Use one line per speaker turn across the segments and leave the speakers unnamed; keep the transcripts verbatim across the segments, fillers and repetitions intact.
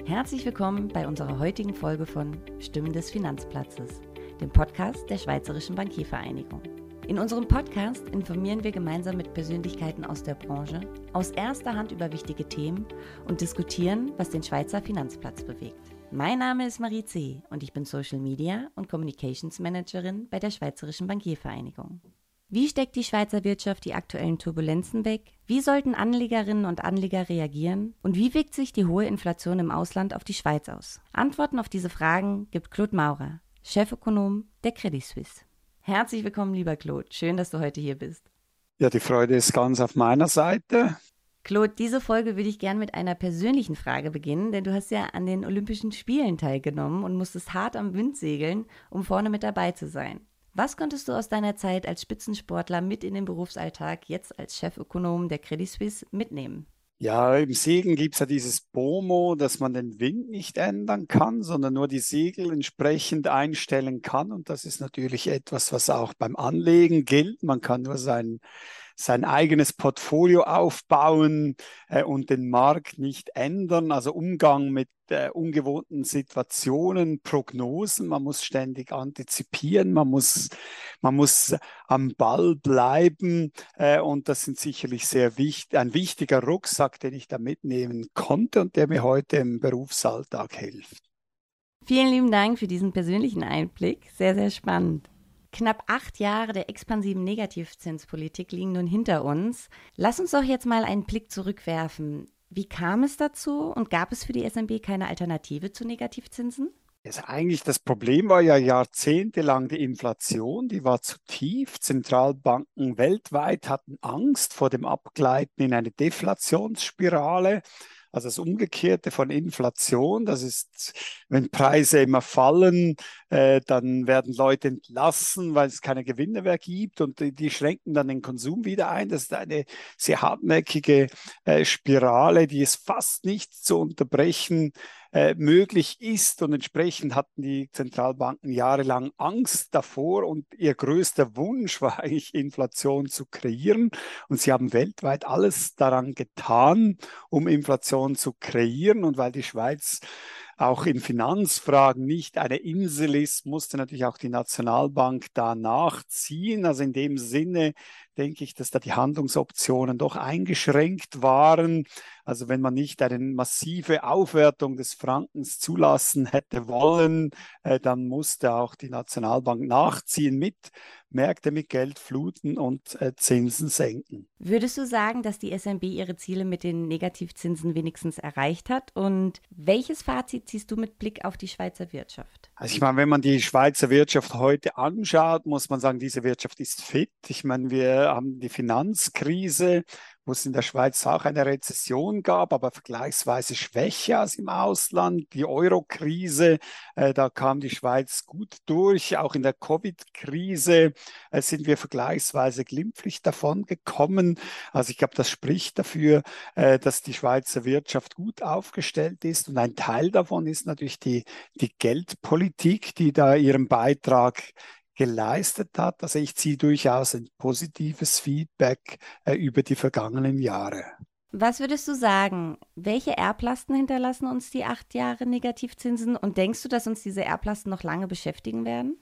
Herzlich willkommen bei unserer heutigen Folge von Stimmen des Finanzplatzes, dem Podcast der Schweizerischen Bankiervereinigung. In unserem Podcast informieren wir gemeinsam mit Persönlichkeiten aus der Branche aus erster Hand über wichtige Themen und diskutieren, was den Schweizer Finanzplatz bewegt. Mein Name ist Marie C. und ich bin Social Media und Communications Managerin bei der Schweizerischen Bankiervereinigung. Wie steckt die Schweizer Wirtschaft die aktuellen Turbulenzen weg? Wie sollten Anlegerinnen und Anleger reagieren? Und wie wirkt sich die hohe Inflation im Ausland auf die Schweiz aus? Antworten auf diese Fragen gibt Claude Maurer, Chefökonom der Credit Suisse. Herzlich willkommen, lieber Claude. Schön, dass du heute hier bist.
Ja, die Freude ist ganz auf meiner Seite.
Claude, diese Folge würde ich gerne mit einer persönlichen Frage beginnen, denn du hast ja an den Olympischen Spielen teilgenommen und musstest hart am Wind segeln, um vorne mit dabei zu sein. Was konntest du aus deiner Zeit als Spitzensportler mit in den Berufsalltag, jetzt als Chefökonom der Credit Suisse, mitnehmen?
Ja, im Segeln gibt es ja dieses BOMO, dass man den Wind nicht ändern kann, sondern nur die Segel entsprechend einstellen kann. Und das ist natürlich etwas, was auch beim Anlegen gilt. Man kann nur sein, sein eigenes Portfolio aufbauen äh, und den Markt nicht ändern. Also Umgang mit äh, ungewohnten Situationen, Prognosen. Man muss ständig antizipieren, man muss, man muss am Ball bleiben. Äh, und das sind sicherlich sehr wichtig, ein wichtiger Rucksack, den ich da mitnehmen konnte und der mir heute im Berufsalltag hilft.
Vielen lieben Dank für diesen persönlichen Einblick. Sehr, sehr spannend. Knapp acht Jahre der expansiven Negativzinspolitik liegen nun hinter uns. Lass uns doch jetzt mal einen Blick zurückwerfen. Wie kam es dazu und gab es für die S N B keine Alternative zu Negativzinsen?
Also eigentlich das Problem war ja jahrzehntelang die Inflation, die war zu tief. Zentralbanken weltweit hatten Angst vor dem Abgleiten in eine Deflationsspirale. Also das Umgekehrte von Inflation, das ist, wenn Preise immer fallen, äh, dann werden Leute entlassen, weil es keine Gewinne mehr gibt und die, die schränken dann den Konsum wieder ein. Das ist eine sehr hartnäckige äh, Spirale, die es fast nicht zu unterbrechen äh, möglich ist und entsprechend hatten die Zentralbanken jahrelang Angst davor und ihr größter Wunsch war eigentlich Inflation zu kreieren und sie haben weltweit alles daran getan, um Inflation zu kreieren. Und weil die Schweiz auch in Finanzfragen nicht eine Insel ist, musste natürlich auch die Nationalbank da nachziehen. Also in dem Sinne denke ich, dass da die Handlungsoptionen doch eingeschränkt waren. Also wenn man nicht eine massive Aufwertung des Frankens zulassen hätte wollen, äh, dann musste auch die Nationalbank nachziehen, mit Märkte mit Geld fluten und äh, Zinsen senken.
Würdest du sagen, dass die S N B ihre Ziele mit den Negativzinsen wenigstens erreicht hat? Und welches Fazit ziehst du mit Blick auf die Schweizer Wirtschaft?
Also ich meine, wenn man die Schweizer Wirtschaft heute anschaut, muss man sagen, diese Wirtschaft ist fit. Ich meine, wir haben die Finanzkrise, wo es in der Schweiz auch eine Rezession gab, aber vergleichsweise schwächer als im Ausland. Die Euro-Krise, äh, da kam die Schweiz gut durch. Auch in der Covid-Krise äh, sind wir vergleichsweise glimpflich davon gekommen. Also ich glaube, das spricht dafür, äh, dass die Schweizer Wirtschaft gut aufgestellt ist. Und ein Teil davon ist natürlich die, die Geldpolitik, die da ihren Beitrag geleistet hat. Also ich ziehe durchaus ein positives Feedback äh, über die vergangenen Jahre.
Was würdest du sagen? Welche Erblasten hinterlassen uns die acht Jahre Negativzinsen? Und denkst du, dass uns diese Erblasten noch lange beschäftigen werden?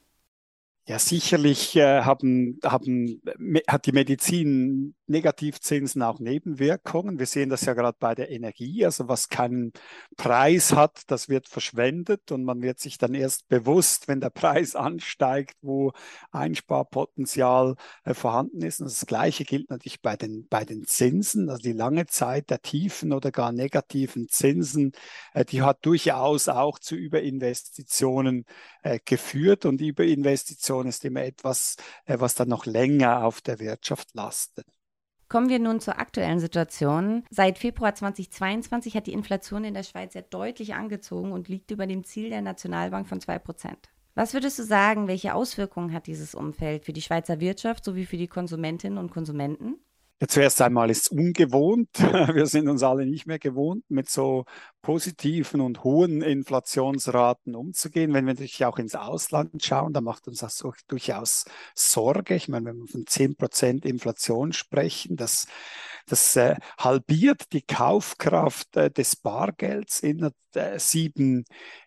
Ja, sicherlich äh, haben, haben, me, hat die Medizin Negativzinsen auch Nebenwirkungen. Wir sehen das ja gerade bei der Energie. Also was keinen Preis hat, das wird verschwendet und man wird sich dann erst bewusst, wenn der Preis ansteigt, wo Einsparpotenzial äh, vorhanden ist. Und das Gleiche gilt natürlich bei den, bei den Zinsen. Also die lange Zeit der tiefen oder gar negativen Zinsen, äh, die hat durchaus auch zu Überinvestitionen äh, geführt und Überinvestitionen ist immer etwas, was dann noch länger auf der Wirtschaft lastet.
Kommen wir nun zur aktuellen Situation. Seit Februar zweitausendzweiundzwanzig hat die Inflation in der Schweiz ja deutlich angezogen und liegt über dem Ziel der Nationalbank von zwei Prozent. Was würdest du sagen, welche Auswirkungen hat dieses Umfeld für die Schweizer Wirtschaft sowie für die Konsumentinnen und Konsumenten?
Ja, zuerst einmal ist es ungewohnt. Wir sind uns alle nicht mehr gewohnt, mit so positiven und hohen Inflationsraten umzugehen. Wenn wir natürlich auch ins Ausland schauen, da macht uns das durchaus Sorge. Ich meine, wenn wir von zehn Prozent Inflation sprechen, das, das äh, halbiert die Kaufkraft äh, des Bargelds in äh, sieben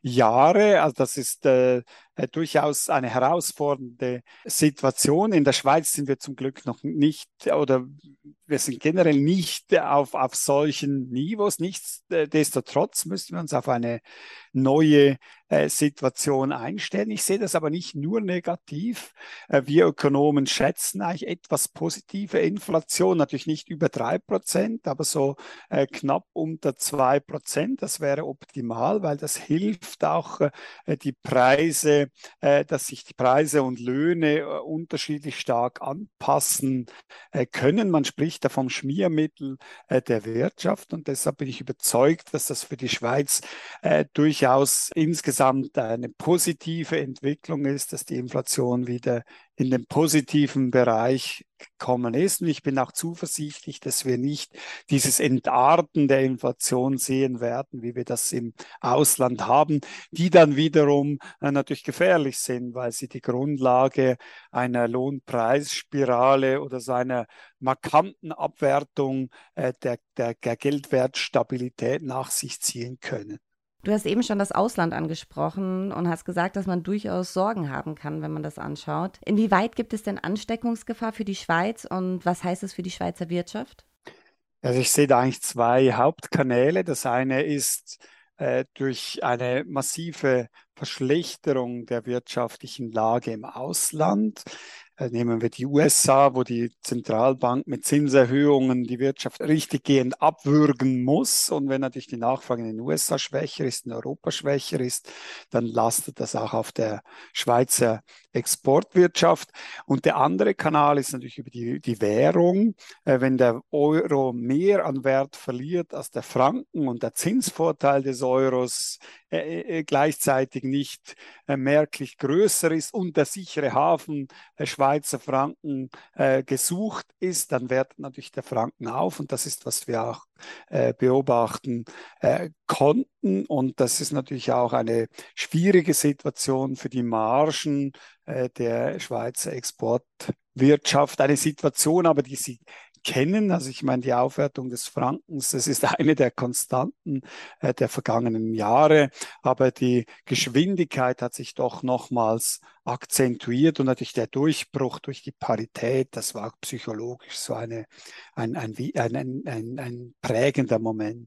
Jahre. Also das ist äh, äh, durchaus eine herausfordernde Situation. In der Schweiz sind wir zum Glück noch nicht, oder wir sind generell nicht auf, auf solchen Niveaus. Nichtsdestotrotz müssen wir uns auf eine neue äh, Situation einstellen. Ich sehe das aber nicht nur negativ. Äh, wir Ökonomen schätzen eigentlich etwas positive Inflation, natürlich nicht über drei Prozent, aber so äh, knapp unter zwei Prozent. Das wäre optimal, weil das hilft auch äh, die Preise, äh, dass sich die Preise und Löhne äh, unterschiedlich stark anpassen äh, können. Man spricht da vom Schmiermittel äh, der Wirtschaft und deshalb bin ich überzeugt, dass das für die Schweiz äh, durchaus insgesamt eine positive Entwicklung ist, dass die Inflation wieder in den positiven Bereich gekommen ist. Und ich bin auch zuversichtlich, dass wir nicht dieses Entarten der Inflation sehen werden, wie wir das im Ausland haben, die dann wiederum äh, natürlich gefährlich sind, weil sie die Grundlage einer Lohnpreisspirale oder so einer markanten Abwertung äh, der, der, der Geldwertstabilität nach sich ziehen können.
Du hast eben schon das Ausland angesprochen und hast gesagt, dass man durchaus Sorgen haben kann, wenn man das anschaut. Inwieweit gibt es denn Ansteckungsgefahr für die Schweiz und was heißt es für die Schweizer Wirtschaft?
Also ich sehe da eigentlich zwei Hauptkanäle. Das eine ist äh, durch eine massive Verschlechterung der wirtschaftlichen Lage im Ausland. Äh, nehmen wir die U S A, wo die Zentralbank mit Zinserhöhungen die Wirtschaft richtiggehend abwürgen muss. Und wenn natürlich die Nachfrage in den U S A schwächer ist, in Europa schwächer ist, dann lastet das auch auf der Schweizer Exportwirtschaft. Und der andere Kanal ist natürlich über die, die Währung. Äh, wenn der Euro mehr an Wert verliert als der Franken und der Zinsvorteil des Euros äh, äh, gleichzeitig nicht äh, merklich größer ist und der sichere Hafen äh, Schweizer Franken äh, gesucht ist, dann wertet natürlich der Franken auf und das ist, was wir auch äh, beobachten äh, konnten und das ist natürlich auch eine schwierige Situation für die Margen äh, der Schweizer Exportwirtschaft, eine Situation aber, die sie kennen. Also ich meine, die Aufwertung des Frankens, das ist eine der Konstanten äh, der vergangenen Jahre, aber die Geschwindigkeit hat sich doch nochmals akzentuiert und natürlich der Durchbruch durch die Parität, das war auch psychologisch so eine, ein, ein, ein, ein, ein, ein prägender Moment.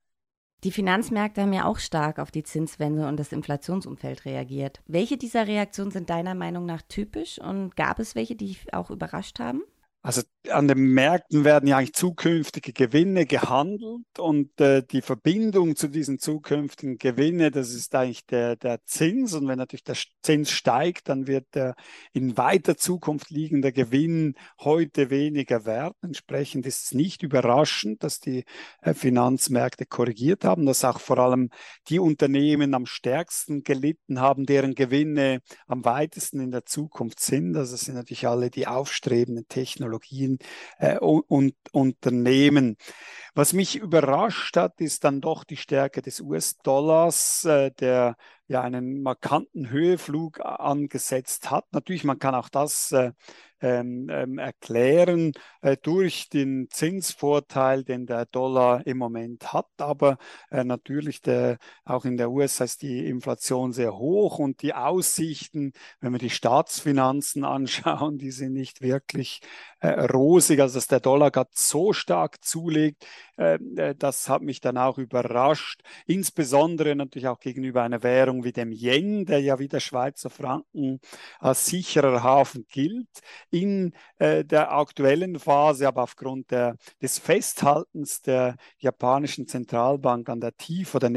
Die Finanzmärkte haben ja auch stark auf die Zinswende und das Inflationsumfeld reagiert. Welche dieser Reaktionen sind deiner Meinung nach typisch und gab es welche, die dich auch überrascht haben?
Also an den Märkten werden ja eigentlich zukünftige Gewinne gehandelt und äh, die Verbindung zu diesen zukünftigen Gewinnen, das ist eigentlich der, der Zins. Und wenn natürlich der Zins steigt, dann wird der in weiter Zukunft liegender Gewinn heute weniger wert. Entsprechend ist es nicht überraschend, dass die äh, Finanzmärkte korrigiert haben, dass auch vor allem die Unternehmen am stärksten gelitten haben, deren Gewinne am weitesten in der Zukunft sind. Also das sind natürlich alle die aufstrebenden Technologien. Äh, und, und Unternehmen. Was mich überrascht hat, ist dann doch die Stärke des U S-Dollars, äh, der ja einen markanten Höheflug angesetzt hat. Natürlich, man kann auch das äh, ähm, ähm, erklären äh, durch den Zinsvorteil, den der Dollar im Moment hat. Aber äh, natürlich der, auch in der U S A ist die Inflation sehr hoch und die Aussichten, wenn wir die Staatsfinanzen anschauen, die sind nicht wirklich äh, rosig. Also dass der Dollar gerade so stark zulegt, äh, das hat mich dann auch überrascht. Insbesondere natürlich auch gegenüber einer Währung wie dem Yen, der ja wie der Schweizer Franken als sicherer Hafen gilt in äh, der aktuellen Phase, aber aufgrund der, des Festhaltens der japanischen Zentralbank an der Tief- oder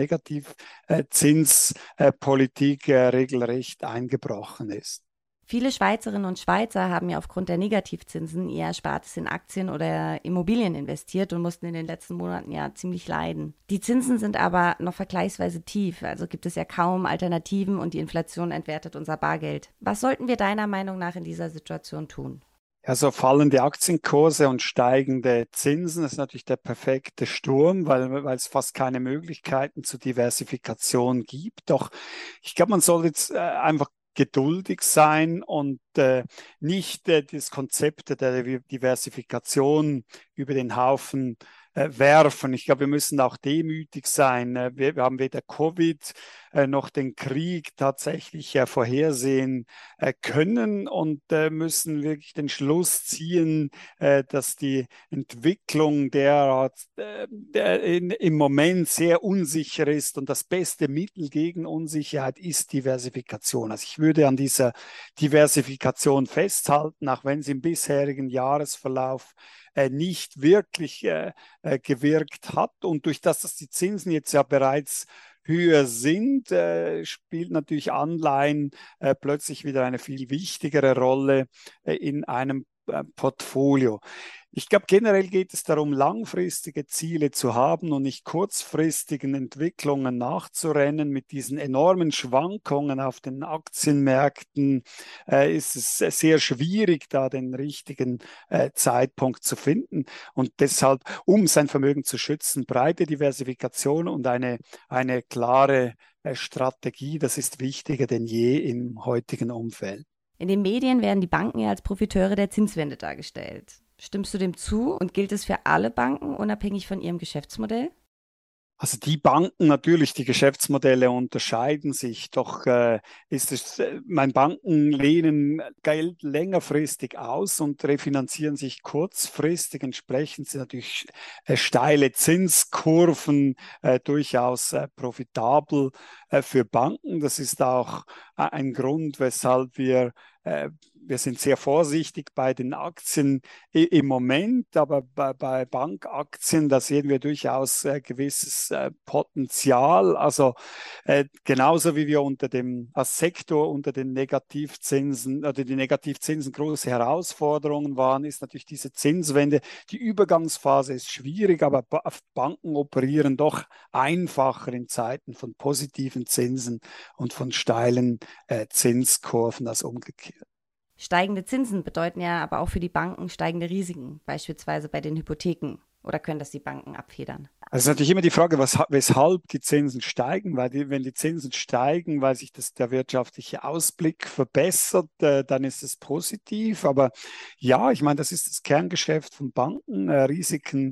Negativzinspolitik äh, regelrecht eingebrochen ist.
Viele Schweizerinnen und Schweizer haben ja aufgrund der Negativzinsen ihr Erspartes in Aktien oder Immobilien investiert und mussten in den letzten Monaten ja ziemlich leiden. Die Zinsen sind aber noch vergleichsweise tief, also gibt es ja kaum Alternativen und die Inflation entwertet unser Bargeld. Was sollten wir deiner Meinung nach in dieser Situation tun?
Also fallende Aktienkurse und steigende Zinsen ist natürlich der perfekte Sturm, weil, weil es fast keine Möglichkeiten zur Diversifikation gibt. Doch ich glaube, man soll jetzt äh, einfach geduldig sein und äh, nicht äh, das Konzept der Diversifikation über den Haufen äh, werfen. Ich glaube, wir müssen auch demütig sein. Äh, wir, wir haben weder Covid äh, noch den Krieg tatsächlich äh, vorhersehen äh, können und äh, müssen wirklich den Schluss ziehen, äh, dass die Entwicklung derart äh, der in, im Moment sehr unsicher ist und das beste Mittel gegen Unsicherheit ist Diversifikation. Also ich würde an dieser Diversifikation festhalten, auch wenn sie im bisherigen Jahresverlauf äh, nicht wirklich äh, äh, gewirkt hat. Und durch das, dass die Zinsen jetzt ja bereits höher sind, äh, spielt natürlich Anleihen äh, plötzlich wieder eine viel wichtigere Rolle äh, in einem äh, Portfolio. Ich glaube, generell geht es darum, langfristige Ziele zu haben und nicht kurzfristigen Entwicklungen nachzurennen. Mit diesen enormen Schwankungen auf den Aktienmärkten äh, ist es sehr schwierig, da den richtigen äh, Zeitpunkt zu finden. Und deshalb, um sein Vermögen zu schützen, breite Diversifikation und eine, eine klare äh, Strategie, das ist wichtiger denn je im heutigen Umfeld.
In den Medien werden die Banken ja als Profiteure der Zinswende dargestellt. Stimmst du dem zu und gilt es für alle Banken, unabhängig von ihrem Geschäftsmodell?
Also die Banken natürlich, die Geschäftsmodelle unterscheiden sich, doch äh, ist es, äh, mein Banken lehnen Geld längerfristig aus und refinanzieren sich kurzfristig. Entsprechend sind natürlich äh, steile Zinskurven äh, durchaus äh, profitabel äh, für Banken. Das ist auch äh, ein Grund, weshalb wir äh, wir sind sehr vorsichtig bei den Aktien im Moment, aber bei, bei Bankaktien, da sehen wir durchaus äh, gewisses äh, Potenzial. Also äh, genauso wie wir unter dem als Sektor unter den Negativzinsen oder die Negativzinsen große Herausforderungen waren, ist natürlich diese Zinswende. Die Übergangsphase ist schwierig, aber ba Banken operieren doch einfacher in Zeiten von positiven Zinsen und von steilen äh, Zinskurven als umgekehrt.
Steigende Zinsen bedeuten ja aber auch für die Banken steigende Risiken, beispielsweise bei den Hypotheken. Oder können das die Banken abfedern?
Also es ist natürlich immer die Frage, was, weshalb die Zinsen steigen, weil die, wenn die Zinsen steigen, weil sich das, der wirtschaftliche Ausblick verbessert, äh, dann ist es positiv. Aber ja, ich meine, das ist das Kerngeschäft von Banken, äh, Risiken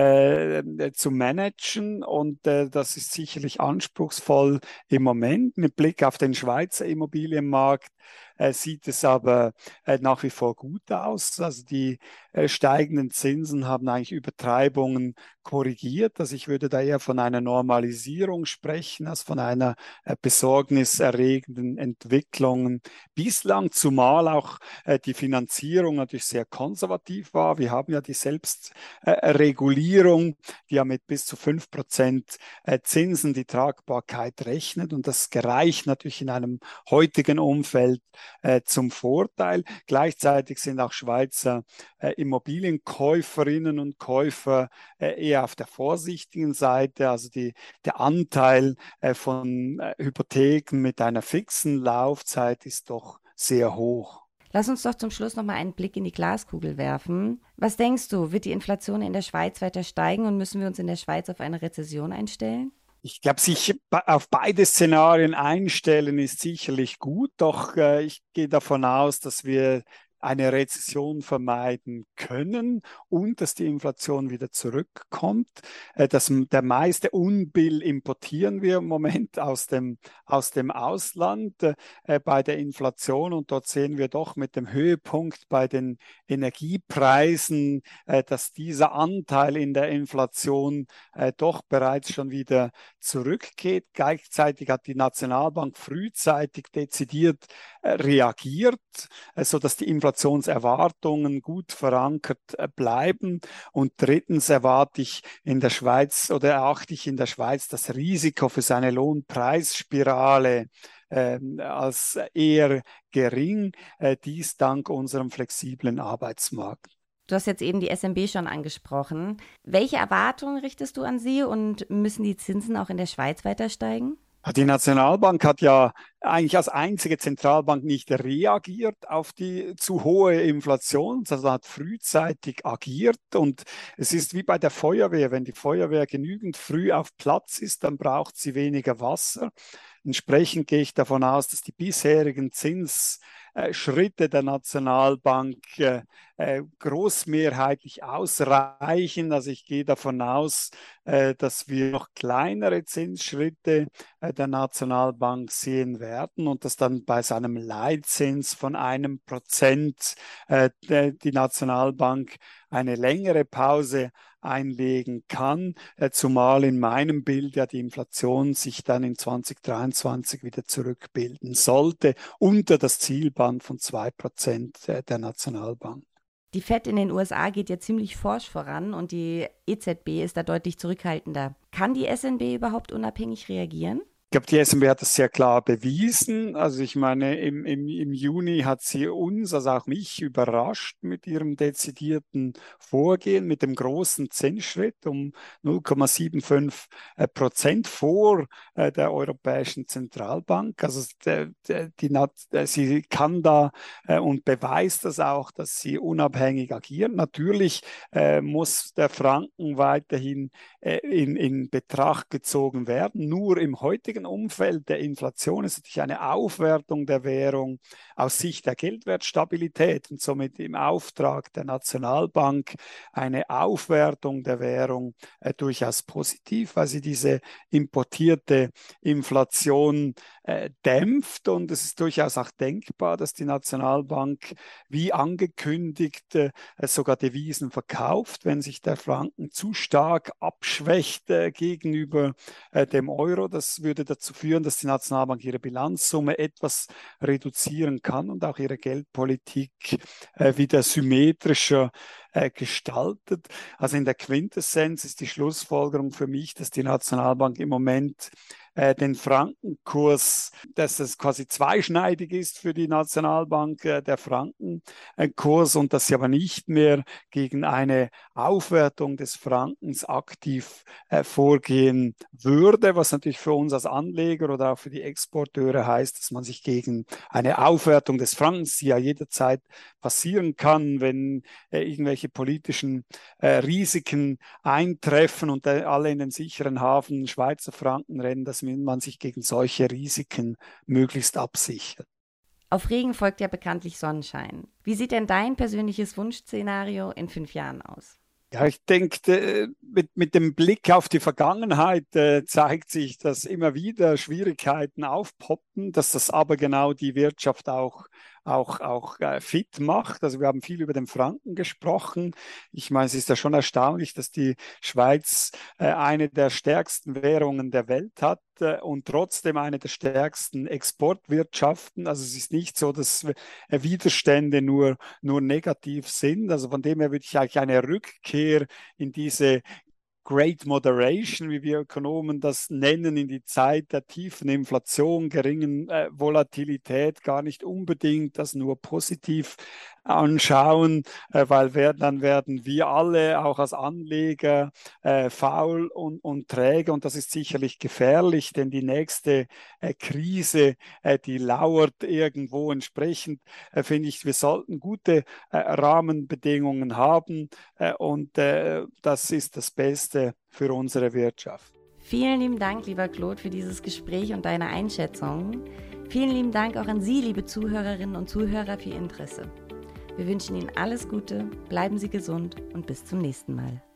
äh, zu managen und äh, das ist sicherlich anspruchsvoll im Moment. Mit Blick auf den Schweizer Immobilienmarkt äh, sieht es aber äh, nach wie vor gut aus. Also die äh, steigenden Zinsen haben eigentlich Übertreibungen korrigiert. Also ich würde da eher von einer Normalisierung sprechen, als von einer äh, besorgniserregenden Entwicklung bislang, zumal auch äh, die Finanzierung natürlich sehr konservativ war. Wir haben ja die Selbstregulierung, äh, die ja mit bis zu fünf Prozent äh, Zinsen die Tragbarkeit rechnet und das gereicht natürlich in einem heutigen Umfeld äh, zum Vorteil. Gleichzeitig sind auch Schweizer äh, Immobilienkäuferinnen und Käufer äh, eher auf der vorsichtigen Seite. Also die, der Anteil äh, von äh, Hypotheken mit einer fixen Laufzeit ist doch sehr hoch.
Lass uns doch zum Schluss nochmal einen Blick in die Glaskugel werfen. Was denkst du, wird die Inflation in der Schweiz weiter steigen und müssen wir uns in der Schweiz auf eine Rezession einstellen?
Ich glaube, sich auf beide Szenarien einstellen ist sicherlich gut, doch äh, ich gehe davon aus, dass wir eine Rezession vermeiden können und dass die Inflation wieder zurückkommt. Äh, das, der meiste Unbill importieren wir im Moment aus dem, aus dem Ausland äh, bei der Inflation und dort sehen wir doch mit dem Höhepunkt bei den Energiepreisen, äh, dass dieser Anteil in der Inflation äh, doch bereits schon wieder zurückgeht. Gleichzeitig hat die Nationalbank frühzeitig dezidiert äh, reagiert, äh, sodass die Inflationserwartungen gut verankert äh, bleiben. Und drittens erwarte ich in der Schweiz oder erachte ich in der Schweiz das Risiko für seine Lohnpreisspirale äh, als eher gering, äh, dies dank unserem flexiblen Arbeitsmarkt.
Du hast jetzt eben die S N B schon angesprochen. Welche Erwartungen richtest du an sie und müssen die Zinsen auch in der Schweiz weiter steigen?
Die Nationalbank hat ja eigentlich als einzige Zentralbank nicht reagiert auf die zu hohe Inflation, sondern hat frühzeitig agiert. Und es ist wie bei der Feuerwehr. Wenn die Feuerwehr genügend früh auf Platz ist, dann braucht sie weniger Wasser. Entsprechend gehe ich davon aus, dass die bisherigen Zinsschritte der Nationalbank äh, äh, großmehrheitlich ausreichen. Also ich gehe davon aus, äh, dass wir noch kleinere Zinsschritte äh, der Nationalbank sehen werden und dass dann bei seinem Leitzins von einem Prozent äh, die Nationalbank eine längere Pause einlegen kann, äh, zumal in meinem Bild ja die Inflation sich dann in zwanzig dreiundzwanzig wieder zurückbilden sollte, unter das Zielband von zwei Prozent äh, der Nationalbank.
Die Fed in den U S A geht ja ziemlich forsch voran und die E Z B ist da deutlich zurückhaltender. Kann die S N B überhaupt unabhängig reagieren?
Ich glaube, die S N B hat das sehr klar bewiesen. Also ich meine, im, im, im Juni hat sie uns, also auch mich, überrascht mit ihrem dezidierten Vorgehen, mit dem großen Zinsschritt um null Komma fünfundsiebzig Prozent vor äh, der Europäischen Zentralbank. Also der, der, die, sie kann da äh, und beweist das auch, dass sie unabhängig agiert. Natürlich äh, muss der Franken weiterhin äh, in, in Betracht gezogen werden. Nur im heutigen Umfeld der Inflation ist natürlich eine Aufwertung der Währung aus Sicht der Geldwertstabilität und somit im Auftrag der Nationalbank eine Aufwertung der Währung äh, durchaus positiv, weil sie diese importierte Inflation äh, dämpft. Und es ist durchaus auch denkbar, dass die Nationalbank wie angekündigt äh, sogar Devisen verkauft, wenn sich der Franken zu stark abschwächt äh, gegenüber äh, dem Euro. Das würde dazu führen, dass die Nationalbank ihre Bilanzsumme etwas reduzieren kann und auch ihre Geldpolitik äh, wieder symmetrischer äh, gestaltet. Also in der Quintessenz ist die Schlussfolgerung für mich, dass die Nationalbank im Moment äh, den Frankenkurs, dass es quasi zweischneidig ist für die Nationalbank, äh, der Frankenkurs, und dass sie aber nicht mehr gegen eine Aufwertung des Frankens aktiv äh, vorgehen würde, was natürlich für uns als Anleger oder auch für die Exporteure heißt, dass man sich gegen eine Aufwertung des Frankens, die ja jederzeit passieren kann, wenn äh, irgendwelche politischen äh, Risiken eintreffen und äh, alle in den sicheren Hafen Schweizer Franken rennen, dass man sich gegen solche Risiken möglichst absichert.
Auf Regen folgt ja bekanntlich Sonnenschein. Wie sieht denn dein persönliches Wunschszenario in fünf Jahren aus?
Ja, ich denke, mit, mit dem Blick auf die Vergangenheit äh, zeigt sich, dass immer wieder Schwierigkeiten aufpoppen, dass das aber genau die Wirtschaft auch, auch, auch äh, fit macht. Also wir haben viel über den Franken gesprochen. Ich meine, es ist ja schon erstaunlich, dass die Schweiz äh, eine der stärksten Währungen der Welt hat äh, und trotzdem eine der stärksten Exportwirtschaften. Also es ist nicht so, dass äh, Widerstände nur, nur negativ sind. Also von dem her würde ich eigentlich eine Rückkehr in diese Great Moderation, wie wir Ökonomen das nennen, in die Zeit der tiefen Inflation, geringen äh, Volatilität, gar nicht unbedingt das nur positiv anschauen, äh, weil wir, dann werden wir alle auch als Anleger äh, faul und, und träge, und das ist sicherlich gefährlich, denn die nächste äh, Krise, äh, die lauert irgendwo. Entsprechend äh, finde ich, wir sollten gute äh, Rahmenbedingungen haben äh, und äh, das ist das Beste für unsere Wirtschaft.
Vielen lieben Dank, lieber Claude, für dieses Gespräch und deine Einschätzungen. Vielen lieben Dank auch an Sie, liebe Zuhörerinnen und Zuhörer, für Ihr Interesse. Wir wünschen Ihnen alles Gute, bleiben Sie gesund und bis zum nächsten Mal.